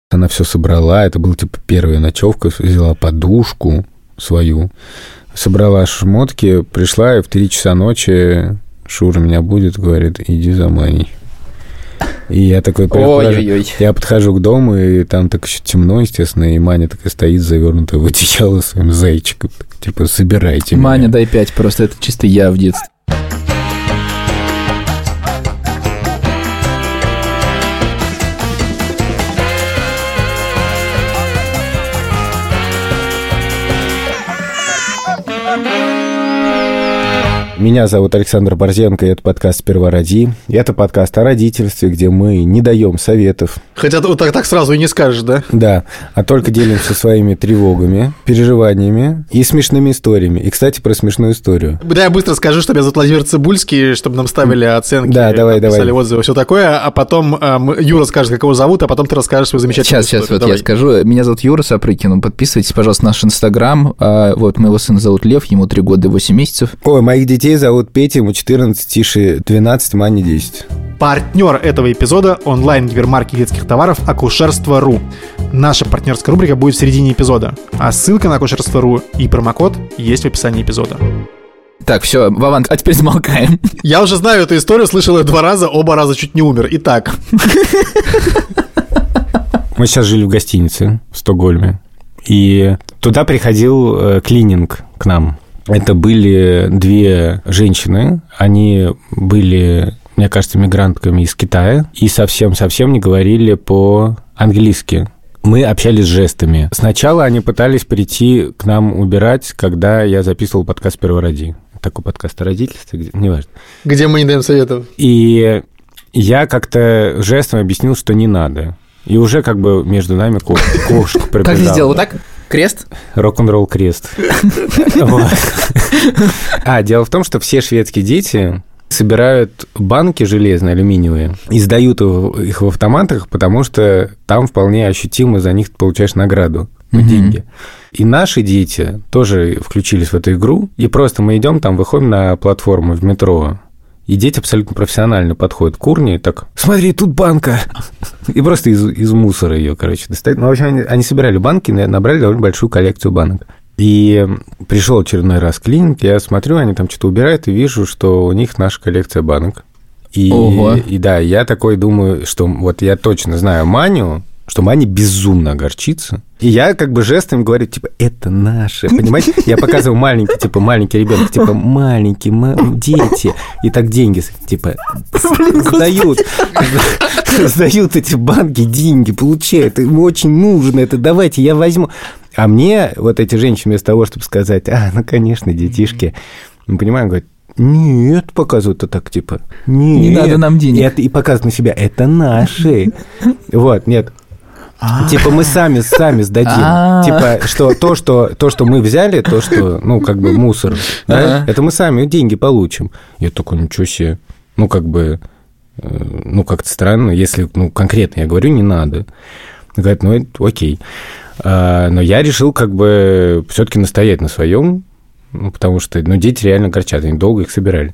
Она все собрала, это была, типа, первая ночевка, взяла подушку свою, собрала шмотки, пришла, и в 3 часа ночи Шура меня будет, говорит, иди за Маней. И я такой я подхожу к дому, и там так еще темно, естественно, и Маня такая стоит, завернутая в одеяло своим зайчиком, типа, собирайте меня. Маня, дай 5, просто это чисто я в детстве. Меня зовут Александр Борзенко, и это подкаст «Сперва роди». И это подкаст о родительстве, где мы не даем советов. Хотя вот так сразу и не скажешь, да? Да, а только делимся своими тревогами, переживаниями и смешными историями. И, кстати, про смешную историю. Да, я быстро скажу, что меня зовут Владимир Цибульский, чтобы нам ставили оценки, да, давай. писали отзывы, все такое, а потом Юра скажет, как его зовут, а потом ты расскажешь свою замечательную историю. Сейчас, вот я скажу. Меня зовут Юра Сапрыкин, подписывайтесь, пожалуйста, на наш Инстаграм. Вот, моего сына зовут Лев, ему 3 года и 8 месяцев. Ой, моих детей зовут Петя, ему 14, Тише 12, Мане 10. Партнер этого эпизода – онлайн-гипермаркет детских товаров «Акушерство.ру». Наша партнерская рубрика будет в середине эпизода, а ссылка на «Акушерство.ру» и промокод есть в описании эпизода. Так, все, Вован, а теперь замолкаем. Я уже знаю эту историю, слышал ее 2 раза, оба раза чуть не умер. Итак. Мы сейчас жили в гостинице в Стокгольме, и туда приходил клининг к нам. Это были 2 женщины, они были, мне кажется, мигрантками из Китая и совсем-совсем не говорили по-английски. Мы общались жестами. Сначала они пытались прийти к нам убирать, когда я записывал подкаст «Сперва роди». Такой подкаст о родительстве, неважно. Где мы не даем советов. И я как-то жестом объяснил, что не надо. И уже как бы между нами кошка пробежала. Как ты сделал? Вот так? Крест? Рок-н-ролл крест. Дело в том, что все шведские дети собирают банки железные, алюминиевые, и сдают их в автоматах, потому что там вполне ощутимо за них получаешь награду, деньги. И наши дети тоже включились в эту игру, и просто мы идем там, выходим на платформу в метро, и дети абсолютно профессионально подходят к урне и так, смотри, тут банка. И просто из мусора ее, достают. Ну, в общем, они собирали банки, набрали довольно большую коллекцию банок. И пришел очередной раз клининг, я смотрю, они там что-то убирают, и вижу, что у них наша коллекция банок. И да, я такой думаю, что вот я точно знаю Маню, что Маня безумно огорчится. И я как бы жестом говорю, типа, это наше, понимаете? Я показываю маленький ребенок, типа, маленькие дети. И так деньги, типа, сдают эти банки, деньги, получают. Им очень нужно это, давайте, я возьму. А мне вот эти женщины вместо того, чтобы сказать, ну, конечно, детишки, мы понимаем, говорят, нет, показывают это так, типа, нет. Не надо нам денег. И показывают на себя, это наши. Вот, нет. Типа, мы сами сдадим. Типа, что то, что мы взяли, то, что, ну, как бы мусор, да, это мы сами деньги получим. Я такой, ничего себе. Ну, как бы, ну, как-то странно, если, ну, конкретно я говорю, не надо. Говорят, ну, это окей. Но я решил, как бы, все-таки настоять на своем, ну, потому что, ну, дети реально горчат, они долго их собирали.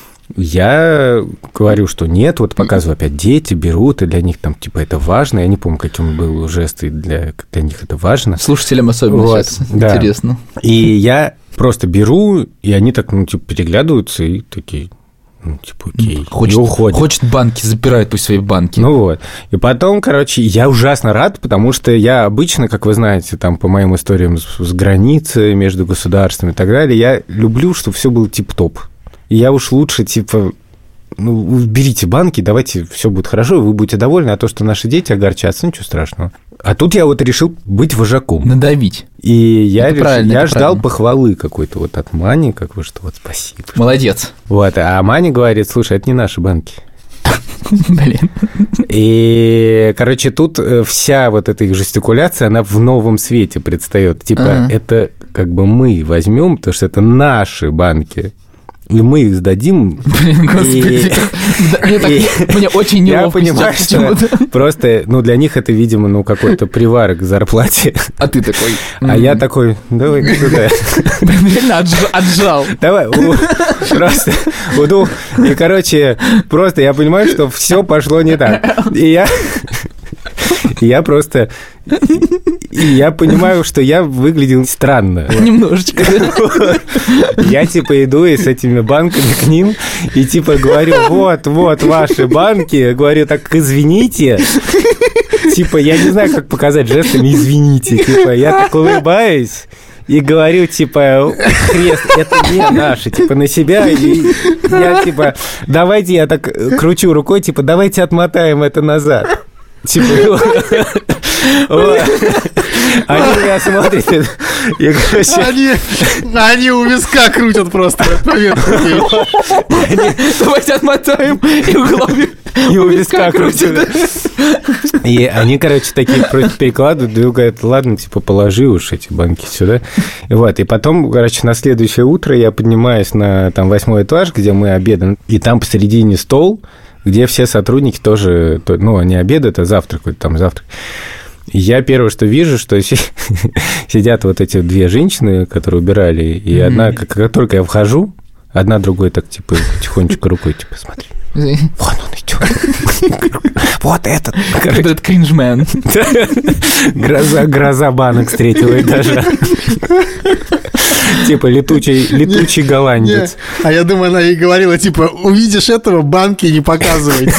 Я говорю, что нет, вот показываю опять, дети берут, и для них там, типа, это важно. Я не помню, каким был жест, и для них это важно. Слушателям особенно вот, сейчас интересно. И я просто беру, и они так, ну, типа, переглядываются и такие, ну, типа, окей, уходят. Хочет банки, запирает пусть свои банки. Ну вот. И потом, короче, я ужасно рад, потому что я обычно, как вы знаете, там, по моим историям с границей между государствами и так далее, я люблю, чтобы все было тип-топ. И я уж лучше, типа, ну, берите банки, давайте, все будет хорошо, вы будете довольны, а то, что наши дети огорчатся, ничего страшного. А тут я вот решил быть вожаком. Надавить. И я ждал похвалы какой-то вот от Мани, как вы, что вот спасибо. Молодец. Вот, а Маня говорит, слушай, это не наши банки. Блин. И, короче, тут вся вот эта их жестикуляция, она в новом свете предстает. Типа, это как бы мы возьмем, потому что это наши банки. И мы их сдадим. Блин, господи. Мне очень неловко. Я понимаю, что просто, ну, для них это, видимо, ну, какой-то приварок к зарплате. А ты такой... А я такой, давай туда. Блин, реально отжал. Давай, просто. И, короче, просто я понимаю, что все пошло не так. И Я просто... Я понимаю, что я выглядел странно. Немножечко. Я, типа, иду и с этими банками к ним, и, типа, говорю, вот ваши банки. Говорю, так, извините. Типа, я не знаю, как показать жестами «извините». Типа, я так улыбаюсь и говорю, типа, крест, это не наши, типа, на себя. И я, типа, давайте, я так кручу рукой, типа, давайте отмотаем это назад. Типа, они меня смотрят, и, короче... Они у виска крутят просто в этот момент. Давайте отмотаем, и в голове и у виска крутят. И они, короче, такие просто перекладывают, и говорят, ладно, типа, положи уж эти банки сюда. Вот, и потом, короче, на следующее утро я поднимаюсь на там 8-й этаж, где мы обедаем, и там посередине стол, где все сотрудники тоже, ну, они обедают, а завтракают, там завтрак. И я первое, что вижу, что сидят вот эти две женщины, которые убирали, и одна, как только я вхожу, одна другой так, типа, тихонечко рукой, типа, смотри, вон он идет. Вот этот. Этот кринжмен. Гроза банок с 3-го этажа. Типа летучий голландец. А я думаю, она ей говорила, типа, увидишь этого, банки не показывай.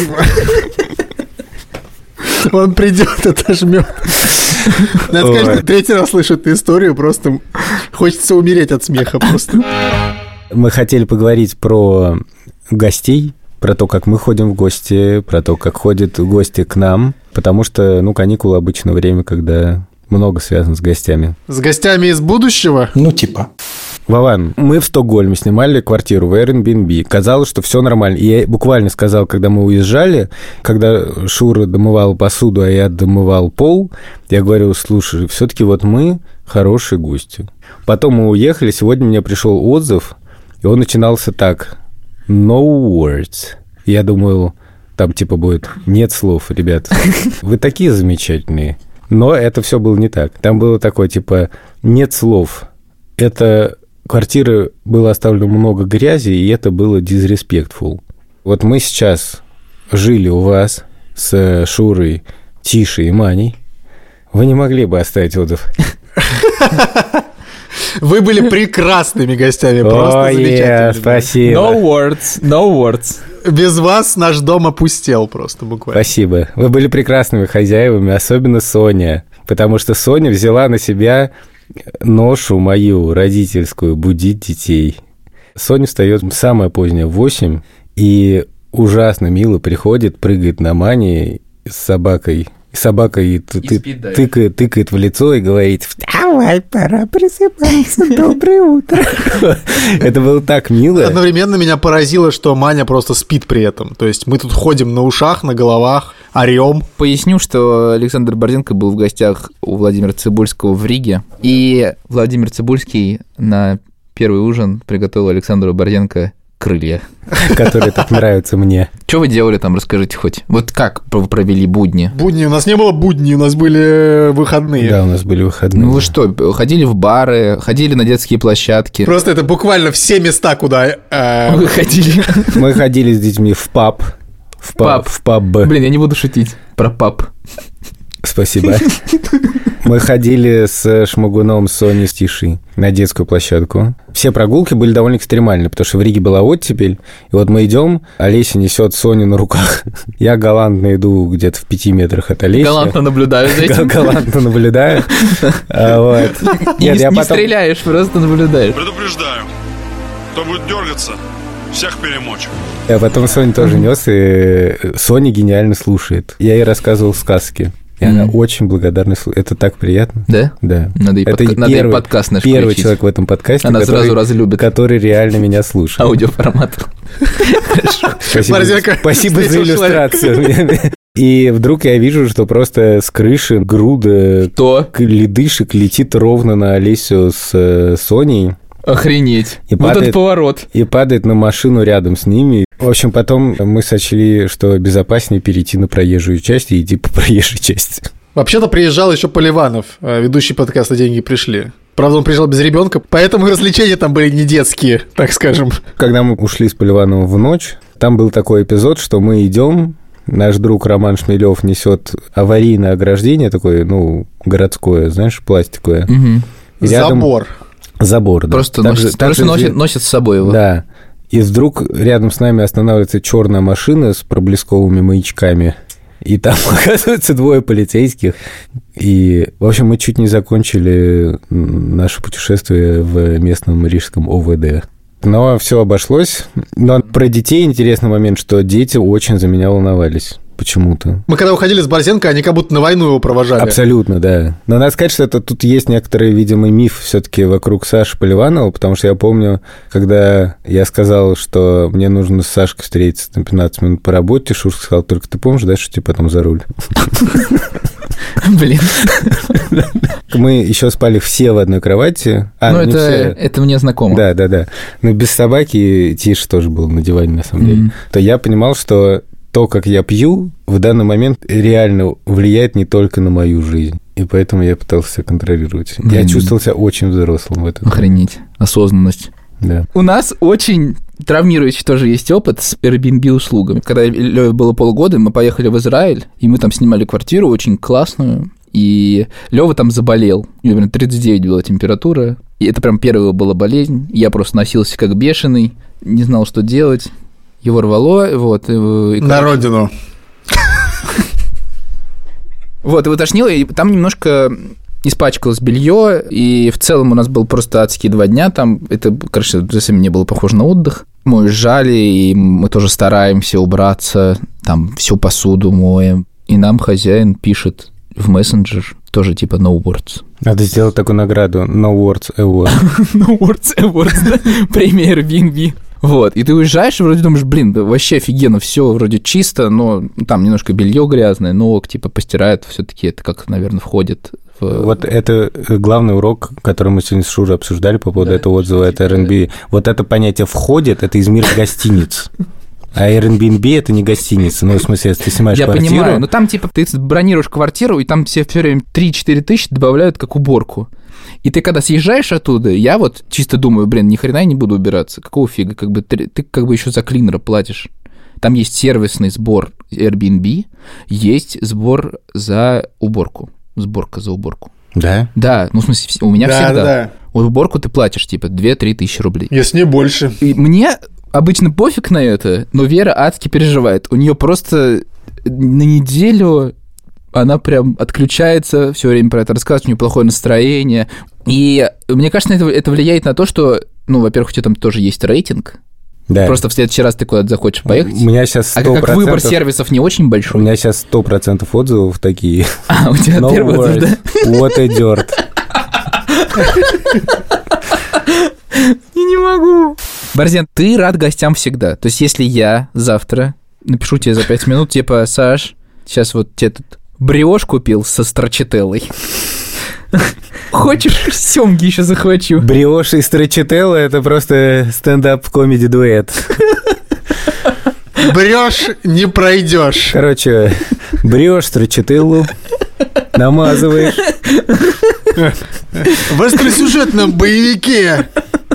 Он придет, отожмет. Надо сказать, что 3-й раз слышу эту историю, просто хочется умереть от смеха просто. Мы хотели поговорить про гостей, про то, как мы ходим в гости, про то, как ходят гости к нам, потому что, ну, каникулы обычно время, когда много связано с гостями. С гостями из будущего? Ну, типа. Вован, мы в Стокгольме снимали квартиру в Airbnb. Казалось, что все нормально. И я буквально сказал, когда мы уезжали, когда Шура домывал посуду, а я домывал пол, я говорю, слушай, все-таки вот мы хорошие гости. Потом мы уехали, сегодня мне пришел отзыв, и он начинался так. No words. Я думаю, там типа будет нет слов, ребят. Вы такие замечательные. Но это все было не так. Там было такое, типа, нет слов. Это квартиры было оставлено много грязи, и это было disrespectful. Вот мы сейчас жили у вас с Шурой, Тишей и Маней. Вы не могли бы оставить отзыв? Вы были прекрасными гостями, просто замечательными. Спасибо. No words. Без вас наш дом опустел просто буквально. Спасибо. Вы были прекрасными хозяевами, особенно Соня, потому что Соня взяла на себя ношу мою родительскую будить детей. Соня встает самое позднее в 8 и ужасно мило приходит, прыгает на Мане с собакой. Собака тыкает в лицо и говорит: «Вставай, пора просыпаться, доброе утро». Это было так мило. Одновременно меня поразило, что Маня просто спит при этом. То есть мы тут ходим на ушах, на головах, орем. Поясню, что Александр Борзенко был в гостях у Владимира Цибульского в Риге. И Владимир Цибульский на первый ужин приготовил Александру Борзенко крылья. Которые так нравятся мне. Что вы делали там, расскажите хоть. Вот как вы провели будни? Будни? У нас не было будней, у нас были выходные. Да, у нас были выходные. Ну вы что, ходили в бары, ходили на детские площадки? Просто это буквально все места, куда... Вы ходили? Мы ходили с детьми в паб. В паб. Блин, я не буду шутить про паб. Спасибо. Мы ходили с Шмагуном, с Соней, с Тишей на детскую площадку. Все прогулки были довольно экстремальны, потому что в Риге была оттепель. И вот мы идем, Олеся несет Соню на руках. Я галантно иду где-то в 5 метрах от Олеси. Галантно наблюдаю за этим. Галантно наблюдаю. Не стреляешь, просто наблюдаешь. Предупреждаю, кто будет дергаться, всех перемочу. А потом Соня тоже нес, и Соня гениально слушает. Я ей рассказывал сказки. И она очень благодарна. Это так приятно. Да? Да. Надо ей подкаст наш первый человек в этом подкасте, она сразу разлюбит. Который реально меня слушает. Аудиоформат. Спасибо за иллюстрацию. И вдруг я вижу, что просто с крыши груда ледышек летит ровно на Олесю с Соней. Охренеть. Вот этот поворот. И падает на машину рядом с ними. В общем, потом мы сочли, что безопаснее перейти на проезжую часть и идти по проезжей части. Вообще-то приезжал еще Поливанов, ведущий подкаста «Деньги пришли». Правда, он приезжал без ребенка, поэтому развлечения там были не детские, так скажем. Когда мы ушли с Поливановым в ночь, там был такой эпизод, что мы идем наш друг Роман Шмелев несет аварийное ограждение такое, городское, знаешь, пластиковое. Угу. Забор, да. Просто носит с собой его. Да. И вдруг рядом с нами останавливается черная машина с проблесковыми маячками. И там, оказывается, 2 полицейских. И, в общем, мы чуть не закончили наше путешествие в местном рижском ОВД. Но все обошлось. Но про детей интересный момент, что дети очень за меня волновались почему-то. Мы когда уходили с Борзенко, они как будто на войну его провожали. Абсолютно, да. Но надо сказать, что тут есть некоторый, видимо, миф все-таки вокруг Саши Поливанова, потому что я помню, когда я сказал, что мне нужно с Сашкой встретиться на 15 минут по работе, Шурка сказал: только ты помнишь, дашь идти потом за руль? Блин. Мы еще спали все в одной кровати. Это мне знакомо. Да. Но без собаки Тиша тоже был на диване, на самом деле. То я понимал, что то, как я пью, в данный момент реально влияет не только на мою жизнь. И поэтому я пытался себя контролировать. Я чувствовал себя очень взрослым в этом. Охренеть. Осознанность. Да. У нас очень травмирующий тоже есть опыт с Airbnb-услугами. Когда Лёве было полгода, мы поехали в Израиль, и мы там снимали квартиру очень классную, и Лёва там заболел. У него 39 была температура, и это прям первая была болезнь. Я просто носился как бешеный, не знал, что делать. Его рвало, вот. На родину. Вот, его тошнило, и там немножко испачкалось белье, и в целом у нас был просто адские 2 дня там. Это, короче, совсем не было похоже на отдых. Мы уезжали, и мы тоже стараемся убраться, там всю посуду моем. И нам хозяин пишет в мессенджер тоже типа no words. Надо сделать такую награду no words award. No words award, да? Премия Airbnb. Вот, и ты уезжаешь, и вроде думаешь, блин, да вообще офигенно, все вроде чисто, но там немножко белье грязное, но типа постирает, все-таки это как, наверное, входит в... Вот это главный урок, который мы сегодня с Шурой обсуждали по поводу этого отзыва от Airbnb. Вот это понятие «входит» — это из мира гостиниц. А Airbnb — это не гостиница. Ну, в смысле, если ты снимаешь квартиру... Я понимаю, но там типа ты бронируешь квартиру, и там все время 3-4 тысячи добавляют как уборку. И ты когда съезжаешь оттуда, я вот чисто думаю, блин, ни хрена я не буду убираться. Какого фига? Как бы ты как бы еще за клинера платишь. Там есть сервисный сбор Airbnb, есть сбор за уборку. Сборка за уборку. Да? Да, ну в смысле, у меня всегда. Да. Уборку ты платишь типа 2-3 тысячи рублей. Если не больше. И мне обычно пофиг на это, но Вера адски переживает. У нее просто на неделю... Она прям отключается, все время про это рассказывает, у нее плохое настроение. И мне кажется, это влияет на то, что, ну, во-первых, у тебя там тоже есть рейтинг. Да. Просто в следующий раз ты куда-то захочешь поехать. У меня сейчас 100%... А как выбор сервисов не очень большой. У меня сейчас 100% отзывов такие. А, у тебя no первый отзыв, да? What a dirt. Я не могу. Борзен, ты рад гостям всегда. То есть, если я завтра напишу тебе за 5 минут, типа, Саш, сейчас вот тебе тут бриош купил со строчителлой. Хочешь, сёмги еще захвачу? Бриош и строчителла — это просто стендап-комеди-дуэт. Брешь, не пройдешь. Короче, бриош, строчителлу, намазываешь. В остросюжетном боевике.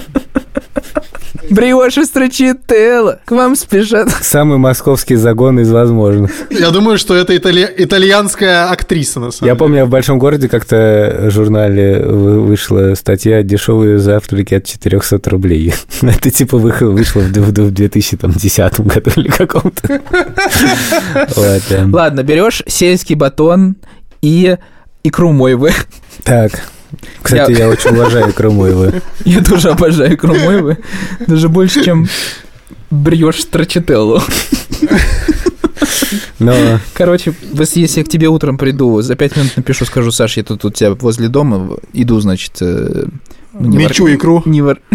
Бриош и строчителла, к вам спешат. Самый московский загон из возможных. Я думаю, что это итальянская актриса, на самом деле. Я помню, я в большом городе как-то в журнале вышла статья «Дешевые завтраки от 400 рублей». Это типа вышло в 2010 году или каком-то. Ладно, берешь сельский батон и икру мойвы. Так. Кстати, я очень уважаю икру мойвы. Я тоже обожаю икру мойвы. Даже больше, чем бриош строчителлу. Но... Короче, если я к тебе утром приду, за 5 минут напишу, скажу: Саш, я тут у тебя возле дома, иду, значит... Мечу икру.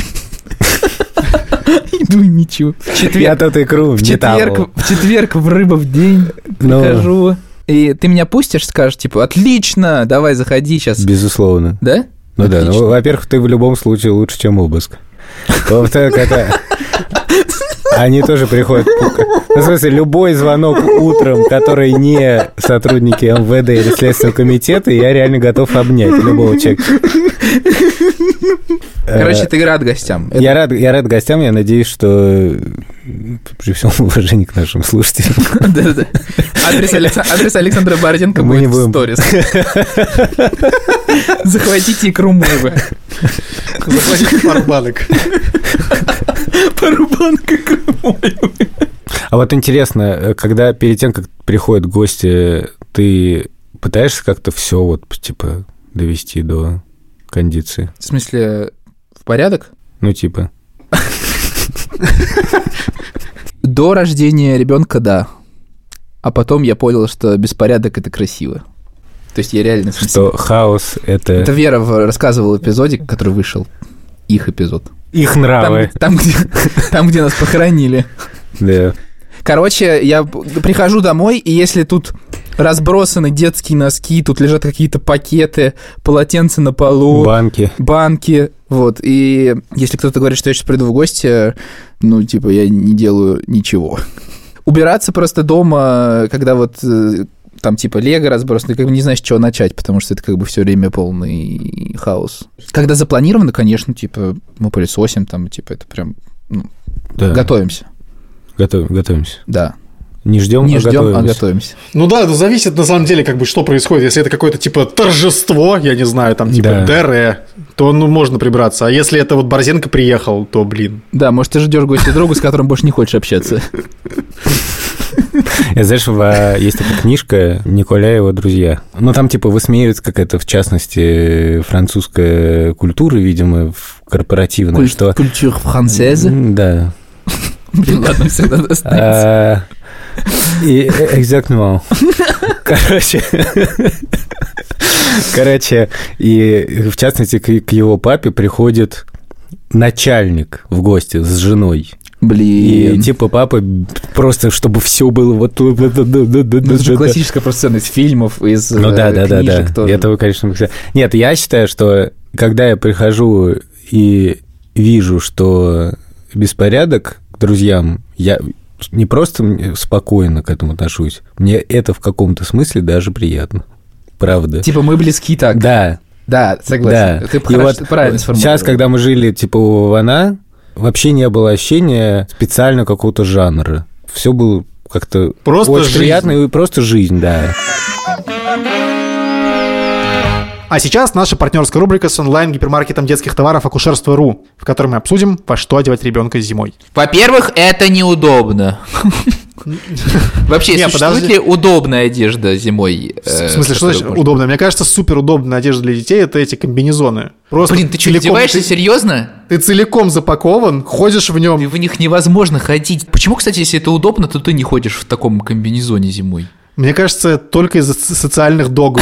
Иду и мечу. Я тут икру в четверг в рыбов день прихожу. И ты меня пустишь, скажешь, типа, отлично, давай, заходи сейчас. Безусловно. Да? Ну отлично. Да, ну, во-первых, ты в любом случае лучше, чем обыск. Во-вторых, это... Они тоже приходят... Ну, в смысле, любой звонок утром, который не сотрудники МВД или Следственного комитета, я реально готов обнять любого человека. Короче, ты рад гостям. Я рад гостям, я надеюсь, что при всем уважении к нашим слушателям. Да-да-да. Адрес Александра Бороденко будет в сторис. Захватите икру Мойвы. Захватите пару-банок. Пару-банок икры Мойвы. А вот интересно, когда перед тем, как приходят гости, ты пытаешься как-то все вот, типа, довести до кондиции? В смысле, в порядок? Ну, типа. До рождения ребенка, да. А потом я понял, что беспорядок – это красиво. То есть я реально... Что хаос – это... Это Вера рассказывала в эпизоде, который вышел. Их эпизод. Их нравы. Там, где нас похоронили. Да. Короче, я прихожу домой, и если тут разбросаны детские носки, тут лежат какие-то пакеты, полотенца на полу. Банки. Вот. И если кто-то говорит, что я сейчас приду в гости, ну, типа, я не делаю ничего. Убираться просто дома, когда вот там, типа, лего разбросано, как бы не знаешь, с чего начать, потому что это как бы все время полный хаос. Когда запланировано, конечно, типа, мы пылесосим, там, типа, это прям, ну, да. Готовимся. Готовимся. Да. Не ждем, а готовимся. Ну да, это зависит на самом деле, как бы, что происходит. Если это какое-то типа торжество, я не знаю, там типа ДР, то ну можно прибраться. А если это вот Борзенко приехал, то блин. Да, может, ты ждешь гостя друга, с которым больше не хочешь общаться. Знаешь, есть такая книжка «Николя и его друзья». Ну, там, типа, высмеивается какая-то, в частности, французская культура, видимо, корпоративная. Культура францеза? Да. Блин, ладно, всегда достанется. Exactement. Короче, и в частности к его папе приходит начальник в гости с женой. Блин. И типа папа просто, чтобы все было вот... Ну, это же классическая просто сцена из фильмов, из книжек тоже. Этого, конечно... Нет, я считаю, что когда я прихожу и вижу, что беспорядок к друзьям, я не просто спокойно к этому отношусь, мне это в каком-то смысле даже приятно. Правда. Типа мы близки так. Да. Да, согласен. Да. Ты правильно сформулировал. Сейчас, когда мы жили типа у Вована, вообще не было ощущения специально какого-то жанра. Все было как-то просто очень жизнь. Приятно и просто жизнь, да. А сейчас наша партнерская рубрика с онлайн-гипермаркетом детских товаров Акушерство.ру, в которой мы обсудим, во что одевать ребенка зимой. Во-первых, это неудобно. Вообще, существует ли удобная одежда зимой? В смысле, что значит удобная? Мне кажется, супер удобная одежда для детей – это эти комбинезоны. Блин, ты что, издеваешься? Серьезно? Ты целиком запакован, ходишь в нем. В них невозможно ходить. Почему, кстати, если это удобно, то ты не ходишь в таком комбинезоне зимой? Мне кажется, только из-за социальных догм.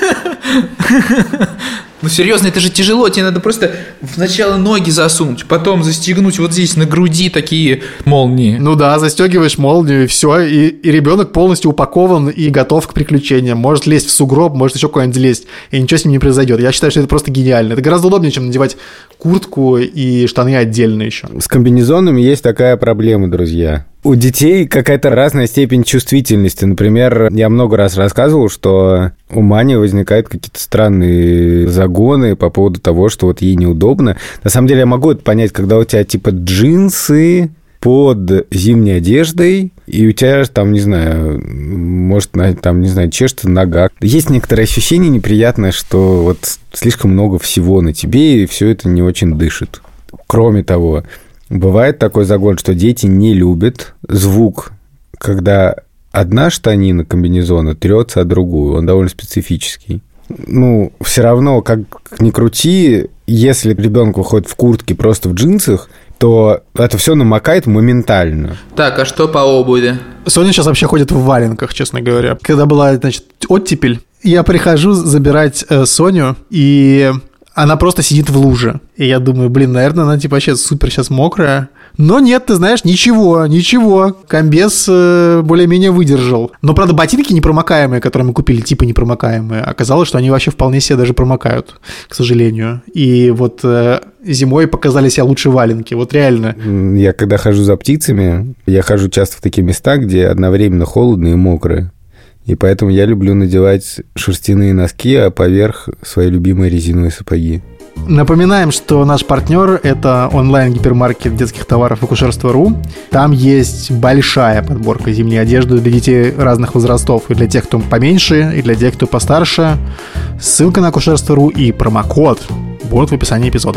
Ну, серьезно, это же тяжело. Тебе надо просто сначала ноги засунуть, потом застегнуть вот здесь на груди такие молнии. Ну да, застегиваешь молнию, и все. И ребенок полностью упакован и готов к приключениям. Может лезть в сугроб, может еще куда-нибудь лезть. И ничего с ним не произойдет. Я считаю, что это просто гениально. Это гораздо удобнее, чем надевать куртку и штаны отдельно еще. С комбинезонами есть такая проблема, друзья. У детей какая-то разная степень чувствительности. Например, я много раз рассказывал, что у Мани возникают какие-то странные загоны по поводу того, что вот ей неудобно. На самом деле я могу это понять, когда у тебя типа джинсы под зимней одеждой, и у тебя там, не знаю, может, там, не знаю, чешется нога. Есть некоторое ощущение неприятное, что вот слишком много всего на тебе, и все это не очень дышит. Кроме того, бывает такой загон, что дети не любят звук, когда одна штанина комбинезона трется о другую. Он довольно специфический. Ну, все равно, как ни крути, если ребенок выходит в куртке, просто в джинсах, то это все намокает моментально. Так, а что по обуви? Соня сейчас вообще ходит в валенках, честно говоря. Когда была, значит, оттепель, я прихожу забирать Соню, и она просто сидит в луже. И я думаю, блин, наверное, она типа вообще супер сейчас мокрая. Но нет, ты знаешь, ничего. Комбез более-менее выдержал. Но, правда, ботинки непромокаемые, которые мы купили, типа непромокаемые, оказалось, что они вообще вполне себе даже промокают, к сожалению. И вот зимой показали себя лучше валенки. Вот реально. Я когда хожу за птицами, я хожу часто в такие места, где одновременно холодно и мокро. И поэтому я люблю надевать шерстяные носки, а поверх свои любимые резиновые сапоги. Напоминаем, что наш партнер – это онлайн-гипермаркет детских товаров акушерство.ру. Там есть большая подборка зимней одежды для детей разных возрастов. И для тех, кто поменьше, и для тех, кто постарше. Ссылка на акушерство.ру и промокод будут в описании эпизода.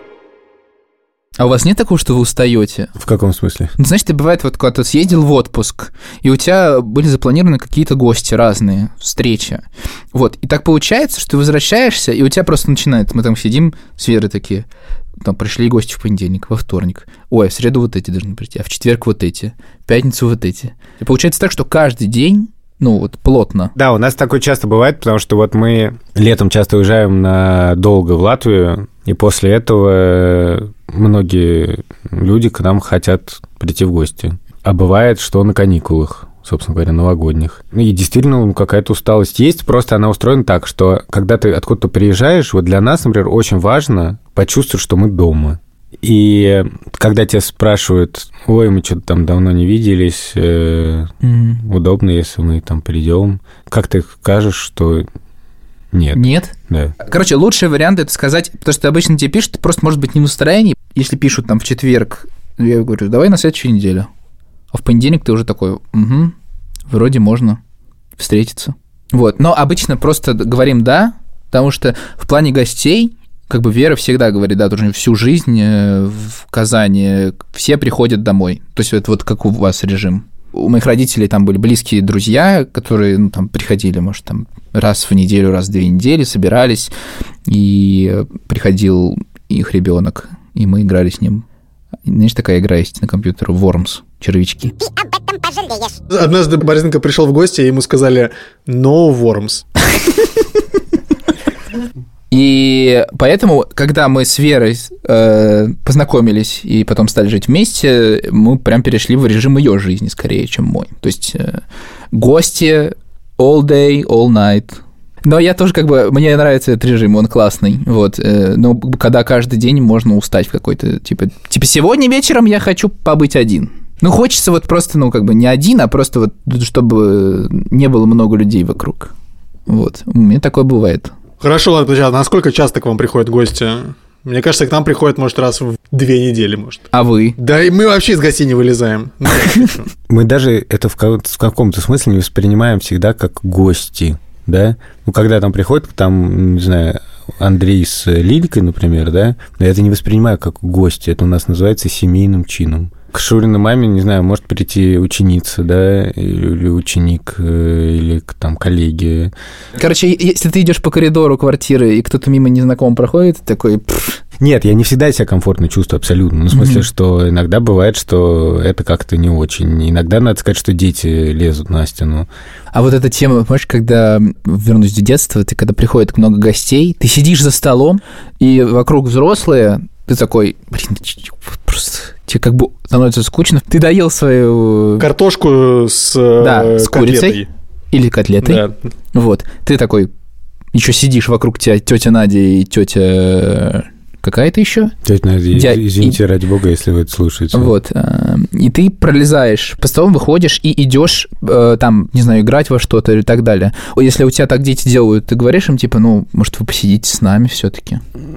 А у вас нет такого, что вы устаете? В каком смысле? Ну, знаешь, ты бывает, вот когда ты съездил в отпуск, и у тебя были запланированы какие-то гости разные, встречи. Вот, и так получается, что ты возвращаешься, и у тебя просто начинает, мы там сидим с Верой такие, там пришли гости в понедельник, во вторник, ой, в среду вот эти должны прийти, а в четверг вот эти, в пятницу вот эти. И получается так, что каждый день, ну, вот плотно. Да, у нас такое часто бывает, потому что вот мы летом часто уезжаем надолго в Латвию, и после этого многие люди к нам хотят прийти в гости. А бывает, что на каникулах, собственно говоря, новогодних. И действительно, какая-то усталость есть, просто она устроена так, что когда ты откуда-то приезжаешь, вот для нас, например, очень важно почувствовать, что мы дома. И когда тебя спрашивают, ой, мы что-то там давно не виделись, удобно, если мы там придем, как ты скажешь, что нет? Нет? Да. Короче, лучший вариант это сказать, потому что обычно тебе пишут, ты просто, может быть, не в настроении. Если пишут там в четверг, я говорю, давай на следующую неделю. А в понедельник ты уже такой, угу, вроде можно встретиться. Вот, но обычно просто говорим «да», потому что в плане гостей, как бы Вера всегда говорит, да, тоже всю жизнь в Казани все приходят домой. То есть это вот как у вас режим. У моих родителей там были близкие друзья, которые, ну, там приходили, может, там раз в неделю, раз в 2 недели, собирались, и приходил их ребенок, и мы играли с ним. Знаешь, такая игра есть на компьютере, Worms, червячки. Ты об этом пожалеешь. Однажды Борисенко пришел в гости, и ему сказали «No worms». И поэтому, когда мы с Верой познакомились и потом стали жить вместе, мы прям перешли в режим ее жизни скорее, чем мой. То есть гости all day, all night. Но я тоже как бы, мне нравится этот режим, он классный, вот. Но когда каждый день можно устать в какой-то, типа сегодня вечером я хочу побыть один. Ну, хочется вот просто, ну, как бы не один, а просто вот, чтобы не было много людей вокруг. Вот, у меня такое бывает. Хорошо, ладно, подожди, а насколько часто к вам приходят гости? Мне кажется, к нам приходят, может, раз в 2 недели, может. А вы? Да, и мы вообще из гостей не вылезаем. Мы даже это в каком-то смысле не воспринимаем всегда как гости, да? Ну, когда там приходят, там, не знаю, Андрей с Лилькой, например, да, я это не воспринимаю как гости, это у нас называется семейным чином. К Шуриной маме, не знаю, может прийти ученица, да, или ученик, или там коллеги. Короче, если ты идешь по коридору квартиры, и кто-то мимо незнакомого проходит, ты такой... Нет, я не всегда себя комфортно чувствую, абсолютно. Ну, в смысле, что иногда бывает, что это как-то не очень. Иногда надо сказать, что дети лезут на стену. А вот эта тема, понимаешь, когда, вернусь в детство, ты когда приходит много гостей, ты сидишь за столом, и вокруг взрослые, ты такой, блин, просто... Тебе как бы становится скучно. Ты доел свою... Картошку с с курицей. Или котлетой. Да. Вот. Ты такой... Еще сидишь вокруг тебя тетя Надя и тетя... Какая-то еще? Тетя Надя, извините, ради бога, если вы это слушаете. Вот. И ты пролезаешь по столу, выходишь и идешь там, не знаю, играть во что-то или так далее. Если у тебя так дети делают, ты говоришь им, типа, ну, может, вы посидите с нами все-таки?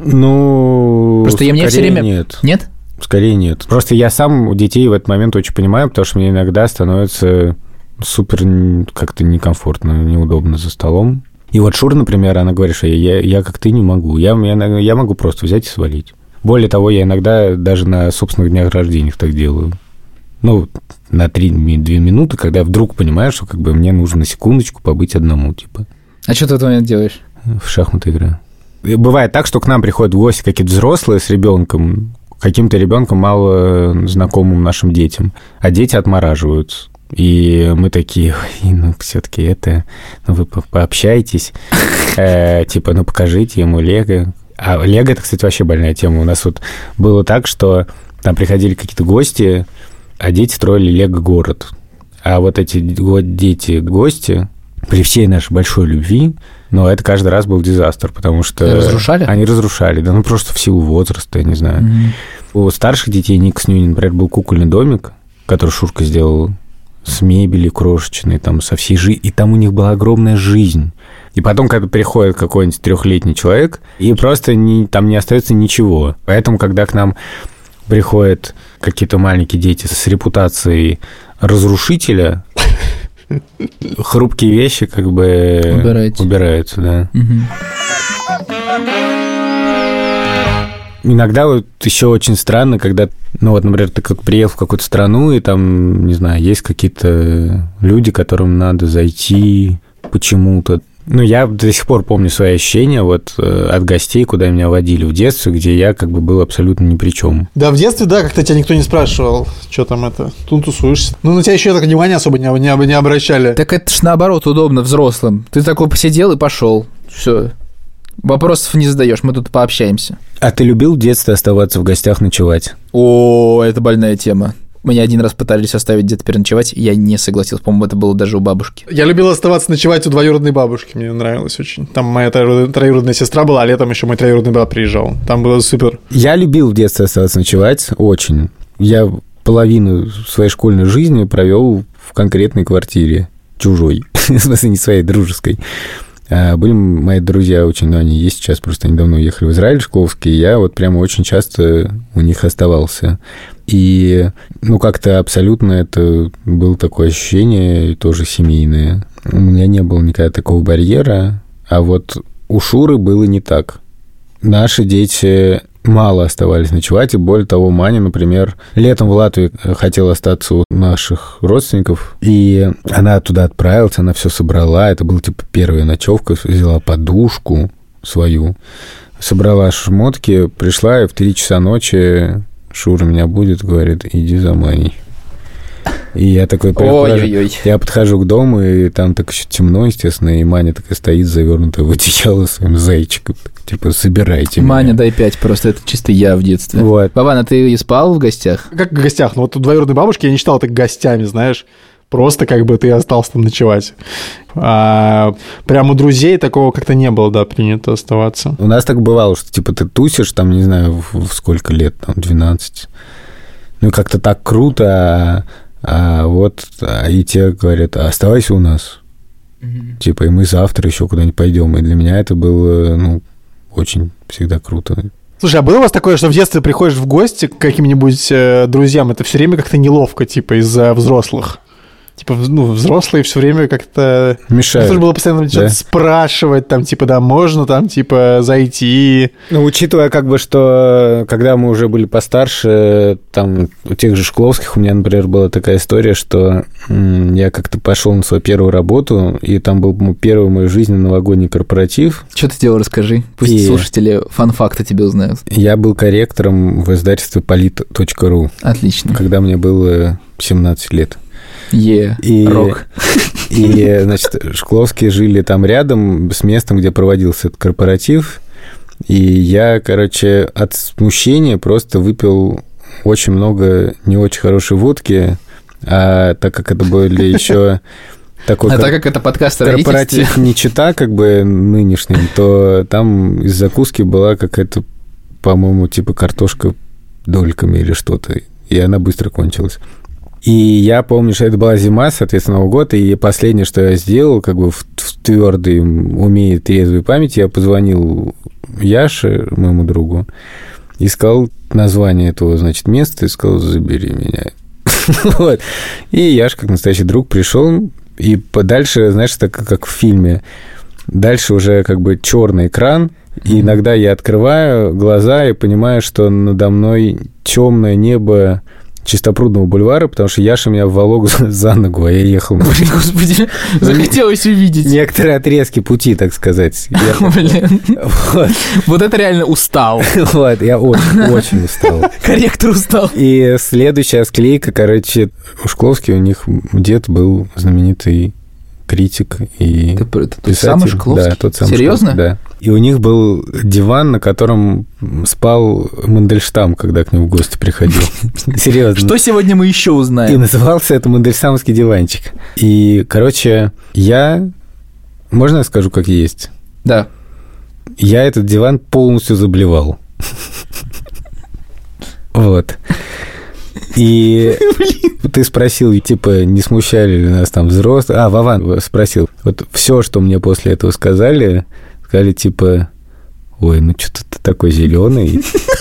Ну, просто мне все время... нет. Нет? Скорее нет. Просто я сам у детей в этот момент очень понимаю, потому что мне иногда становится супер как-то некомфортно, неудобно за столом. И вот Шура, например, она говорит, что я как ты не могу. Я могу просто взять и свалить. Более того, я иногда даже на собственных днях рождения так делаю. Ну, на 2 минуты, когда я вдруг понимаю, что как бы мне нужно на секундочку побыть одному, типа. А что ты в этот момент делаешь? В шахматы играю. Бывает так, что к нам приходят в гости какие-то взрослые с ребенком, каким-то ребенком мало знакомым нашим детям, а дети отмораживаются. И мы такие, ну, все-таки это, ну, вы пообщайтесь, типа, ну, покажите ему Лего. А Лего, это, кстати, вообще больная тема. У нас вот было так, что там приходили какие-то гости, а дети строили Лего-город. А вот эти дети-гости, при всей нашей большой любви, но это каждый раз был дизастер, потому что... Разрушали? Они разрушали, да, ну, просто в силу возраста, я не знаю. У старших детей, Ник с Нюни, например, был кукольный домик, который Шурка сделал с мебелью крошечной, там, со всей жизнью. И там у них была огромная жизнь. И потом, когда приходит какой-нибудь 3-летний человек, и просто там не остается ничего. Поэтому, когда к нам приходят какие-то маленькие дети с репутацией разрушителя, хрупкие вещи как бы убираются, да. Иногда вот еще очень странно, когда, ну вот, например, ты как приехал в какую-то страну, и там, не знаю, есть какие-то люди, которым надо зайти почему-то. Ну, я до сих пор помню свои ощущения вот от гостей, куда меня водили в детстве, где я как бы был абсолютно ни при чем. Да, в детстве, да, как-то тебя никто не спрашивал, что там это, тут тусуешься. Ну, на тебя еще так внимания особо не обращали. Так это ж наоборот удобно взрослым. Ты такой посидел и пошел. Все. Вопросов не задаешь, мы тут пообщаемся. А ты любил в детстве оставаться в гостях ночевать? О, это больная тема. Меня один раз пытались оставить где-то переночевать, я не согласился. По-моему, это было даже у бабушки. Я любил оставаться ночевать у двоюродной бабушки, мне нравилось очень. Там моя троюродная сестра была, а летом еще мой троюродный брат приезжал. Там было супер. Я любил в детстве оставаться ночевать, очень. Я половину своей школьной жизни провел в конкретной квартире, чужой, в смысле не своей, дружеской. Были мои друзья очень, но они есть сейчас, просто недавно уехали в Израиль школовский, и я вот прямо очень часто у них оставался. И, ну, как-то абсолютно это было такое ощущение тоже семейное. У меня не было никогда такого барьера, а вот у Шуры было не так. Наши дети мало оставались ночевать, и более того, Маня, например, летом в Латвии хотела остаться у наших родственников, и она туда отправилась, она все собрала, это была типа первая ночевка, взяла подушку свою, собрала шмотки, пришла, и в 3 часа ночи Шура меня будет, говорит, иди за Маней. И я такой я подхожу к дому, и там так еще темно, естественно, и Маня такая стоит, завернутая в одеяло своим зайчиком. Типа, собирайте Маня, меня. дай 5, просто это чисто я в детстве. Вот. Вован, а ты и спал в гостях? Как в гостях? Ну, вот у двоюродной бабушки я не считал это гостями, знаешь. Просто как бы ты остался там ночевать. А прям у друзей такого как-то не было, да, принято оставаться. У нас так бывало, что, типа, ты тусишь, там, не знаю, в сколько лет, там, 12. Ну, как-то так круто, и те говорят, оставайся у нас. Типа, и мы завтра еще куда-нибудь пойдем. И для меня это было, ну, очень всегда круто. Слушай, а было у вас такое, что в детстве приходишь в гости к каким-нибудь друзьям, это все время как-то неловко, типа, из-за взрослых? Типа, ну, взрослые все время как-то... Мешают. Нужно было постоянно что-то спрашивать, там, типа, да, можно там, типа, зайти. Ну, учитывая, как бы, что когда мы уже были постарше, там, у тех же Шкловских у меня, например, была такая история, что я как-то пошел на свою первую работу, и там был первый в моей жизни новогодний корпоратив. Что ты делал, расскажи. Пусть слушатели фан-факты тебе узнают. Я был корректором в издательстве polit.ru. Отлично. Когда мне было 17 лет. Рок. И, значит, Шкловские жили там рядом с местом, где проводился этот корпоратив. И я, короче, от смущения просто выпил очень много не очень хорошей водки. А так как это были еще такой так как это подкаст о корпоратив не чета, как бы нынешним, то там из закуски была какая-то, по-моему, типа картошка дольками или что-то. И она быстро кончилась. И я помню, что это была зима, соответственно, Новый год, и последнее, что я сделал, как бы в твердой уме и трезвой памяти, я позвонил Яше, моему другу, и сказал название этого, значит, места, и сказал, забери меня. Вот. И Яша, как настоящий друг, пришел, и дальше, знаешь, так как в фильме, дальше уже как бы черный экран, и иногда я открываю глаза и понимаю, что надо мной темное небо Чистопрудного бульвара, потому что Яша меня волок за ногу, а я ехал... Господи, захотелось увидеть. Некоторые отрезки пути, так сказать. Блин. Вот это реально устал. Вот, я очень устал. Корректор устал. И следующая склейка, короче, у Шкловских у них дед был знаменитый критик и тот писатель. Самый Шкловский? Да, тот самый Серьезно? Шкловский, да. И у них был диван, на котором спал Мандельштам, когда к ним в гости приходил. Серьезно. Что сегодня мы еще узнаем? И назывался это Мандельштамский диванчик. И, короче, можно я скажу, как есть? Да. Я этот диван полностью заблевал. Вот. И ты спросил, типа, не смущали ли нас там взрослые? Вован спросил. Вот все, что мне после этого сказали, типа, ой, ну что-то ты такой зеленый.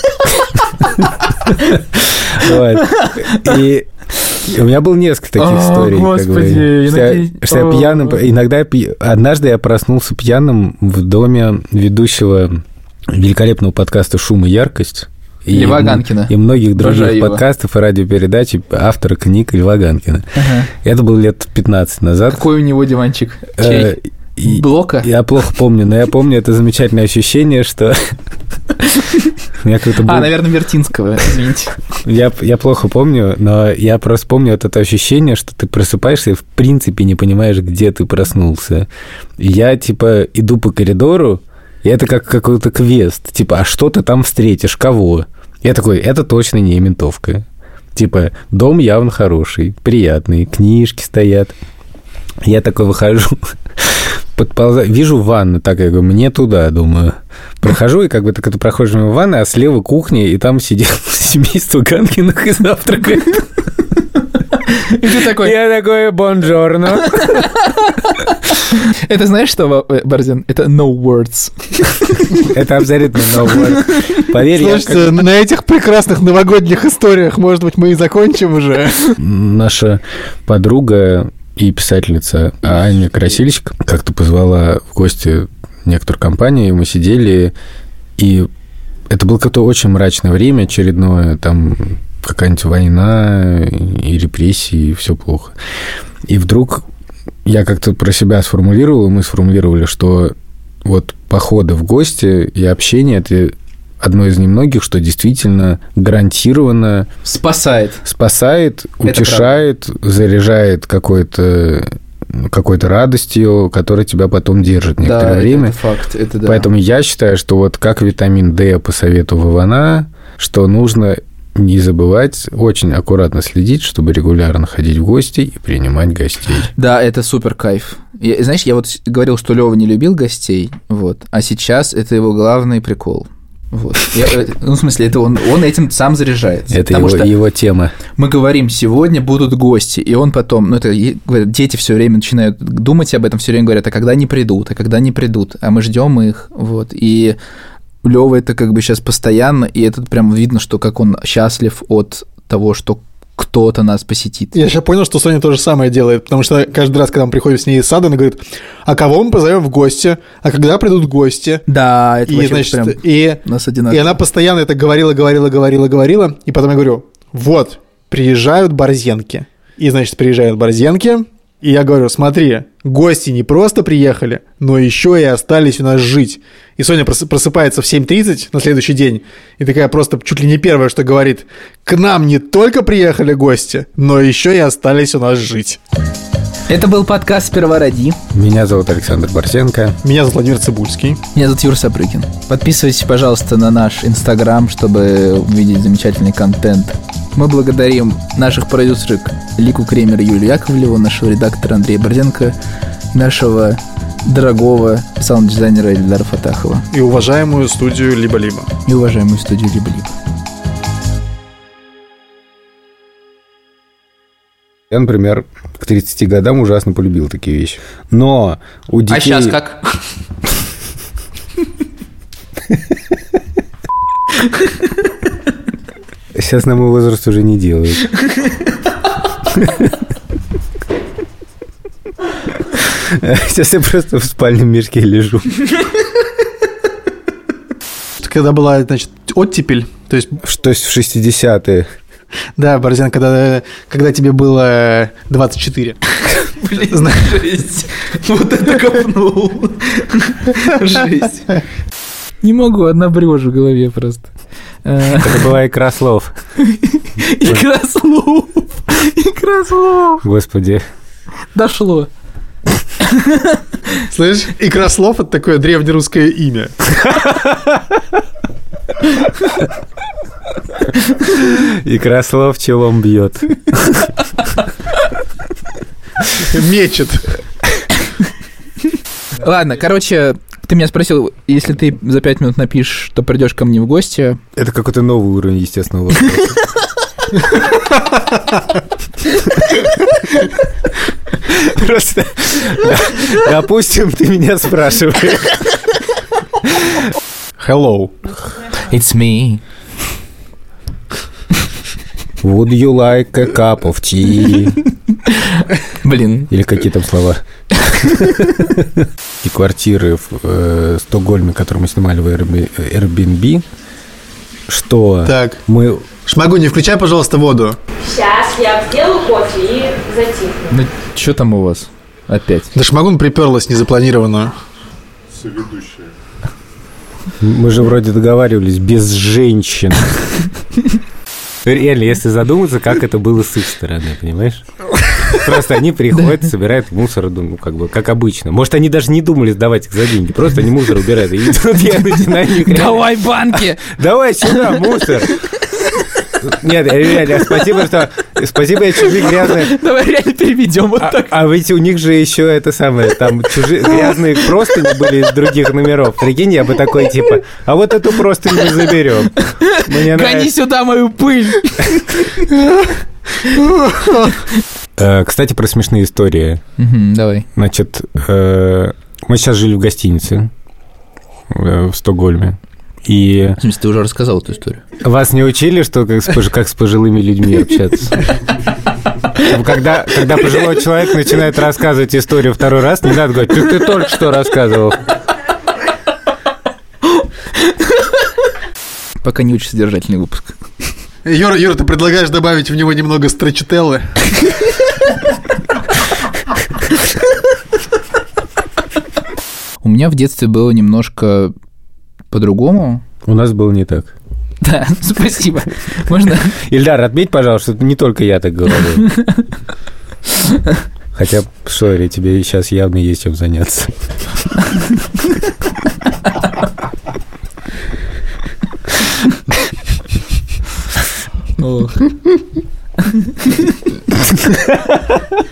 И у меня было несколько таких историй. Господи, что я пьяным... Однажды я проснулся пьяным в доме ведущего великолепного подкаста «Шум и яркость». Льва Ганкина. И многих других подкастов и радиопередач, автора книг Льва Ганкина. Ага. Это было лет 15 назад. Какой у него диванчик? Чей? Блока? Я плохо помню, но я помню это замечательное ощущение, что... наверное, Вертинского, извините. Я плохо помню, но я просто помню это ощущение, что ты просыпаешься и в принципе не понимаешь, где ты проснулся. И я, типа, иду по коридору, и это как какой-то квест. Типа, а что ты там встретишь? Кого? Я такой, это точно не ментовка. Типа, дом явно хороший, приятный, книжки стоят. Я такой выхожу, подползаю, вижу ванну, так я говорю, мне туда, думаю. Прохожу, и как бы так это прохожу мимо ванны, а слева кухня, и там сидит семейство Ганкиных и завтракает. И ты такой... Я такой, бонжорно. Это знаешь что, Борзен? Это no words. Это абсолютно no words. Поверь, слушайте, на этих прекрасных новогодних историях, может быть, мы и закончим уже. Наша подруга и писательница Аня Красильщик как-то позвала в гости некоторую компанию, и мы сидели, и это было какое-то очень мрачное время, очередное, там какая-нибудь война и репрессии, и все плохо. И вдруг я как-то про себя сформулировал, и мы сформулировали, что вот походы в гости и общение – это одно из немногих, что действительно гарантированно спасает, утешает, заряжает какой-то радостью, которая тебя потом держит некоторое время. Это факт, это да. Поэтому я считаю, что вот как витамин D по совету Вована, что нужно не забывать очень аккуратно следить, чтобы регулярно ходить в гости и принимать гостей. Да, это супер кайф. Знаешь, я вот говорил, что Лёва не любил гостей, вот, а сейчас это его главный прикол. Вот. В смысле, это он этим сам заряжается. Это его тема. Мы говорим, сегодня будут гости, и он потом, дети все время начинают думать об этом, все время говорят, а когда они придут, а мы ждем их, вот, и Лёва это как бы сейчас постоянно, и это прям видно, что как он счастлив от того, что кто-то нас посетит. Я сейчас понял, что Соня то же самое делает, потому что каждый раз, когда мы приходим с ней из сада, она говорит, а кого мы позовем в гости, а когда придут гости? Да, это вообще значит, прям нас одинаково. И она постоянно это говорила, и потом я говорю, вот, приезжают борзенки. И, значит, приезжают борзенки, и я говорю, смотри, гости не просто приехали, но еще и остались у нас жить. И Соня просыпается в 7:30 на следующий день, и такая просто чуть ли не первая, что говорит, к нам не только приехали гости, но еще и остались у нас жить. Это был подкаст «Сперва роди». Меня зовут Александр Борзенко. Меня зовут Владимир Цибульский. Меня зовут Юра Сапрыкин. Подписывайтесь, пожалуйста, на наш Инстаграм, чтобы увидеть замечательный контент. Мы благодарим наших продюсерок Лику Кремер и Юлию Яковлеву, нашего редактора Андрея Борзенко, нашего дорогого саунд-дизайнера Эльдара Фатахова. И уважаемую студию «Либо-либо». Я, например, к 30 годам ужасно полюбил такие вещи. Но у детей... А сейчас как? Сейчас на мой возраст уже не делают. Сейчас я просто в спальном мешке лежу. Когда была, значит, оттепель, то есть в 60-е. Да, Борзен, когда тебе было 24. Блин, жесть. Вот это копнул. Жесть. Не могу, одна брёжь в голове просто. Это была икра слов. Икра слов. Господи. Дошло. Слышь, икра слов — это такое древнерусское имя. Икра слов челом бьет. Мечет. Ладно, короче, ты меня спросил, если ты за 5 минут напишешь, то придешь ко мне в гости. Это какой-то новый уровень естественного вопроса. Просто, допустим, ты меня спрашиваешь. Hello. It's me. Would you like a cup of tea? Блин. Или какие там слова? И квартиры в Стокгольме, которую мы снимали в Airbnb, что Так. мы... Шмагу, не включай, пожалуйста, воду. Сейчас я сделаю кофе и затихну. Ну, что там у вас опять? Да Шмагун приперлась незапланированно. Мы же вроде договаривались без женщин. Реально, если задуматься, как это было с их стороны, понимаешь? Просто они приходят, собирают мусор, ну, как бы, как обычно. Может, они даже не думали сдавать их за деньги, просто они мусор убирают. И тут я начинаю... Давай банки! Давай сюда, мусор! Нет, реально, спасибо, я чужие грязные... Давай реально переведем вот так. А ведь у них же еще это самое, там чужие грязные простыни были из других номеров. Прикинь, я бы такой, типа, а вот эту простыню мы заберем. Гони сюда мою пыль! Кстати, про смешные истории. Давай. Значит, мы сейчас жили в гостинице в Стокгольме. И в смысле, ты уже рассказал эту историю? Вас не учили, что как с пожилыми людьми общаться? Когда пожилой человек начинает рассказывать историю второй раз, не надо говорить, ты только что рассказывал. Пока не очень содержательный выпуск. Юра, ты предлагаешь добавить в него немного строчителлы? У меня в детстве было немножко по-другому. У нас было не так. Да, спасибо. Можно? Ильдар, отметь, пожалуйста, что не только я так говорю. Хотя, сори, тебе сейчас явно есть чем заняться. Ох.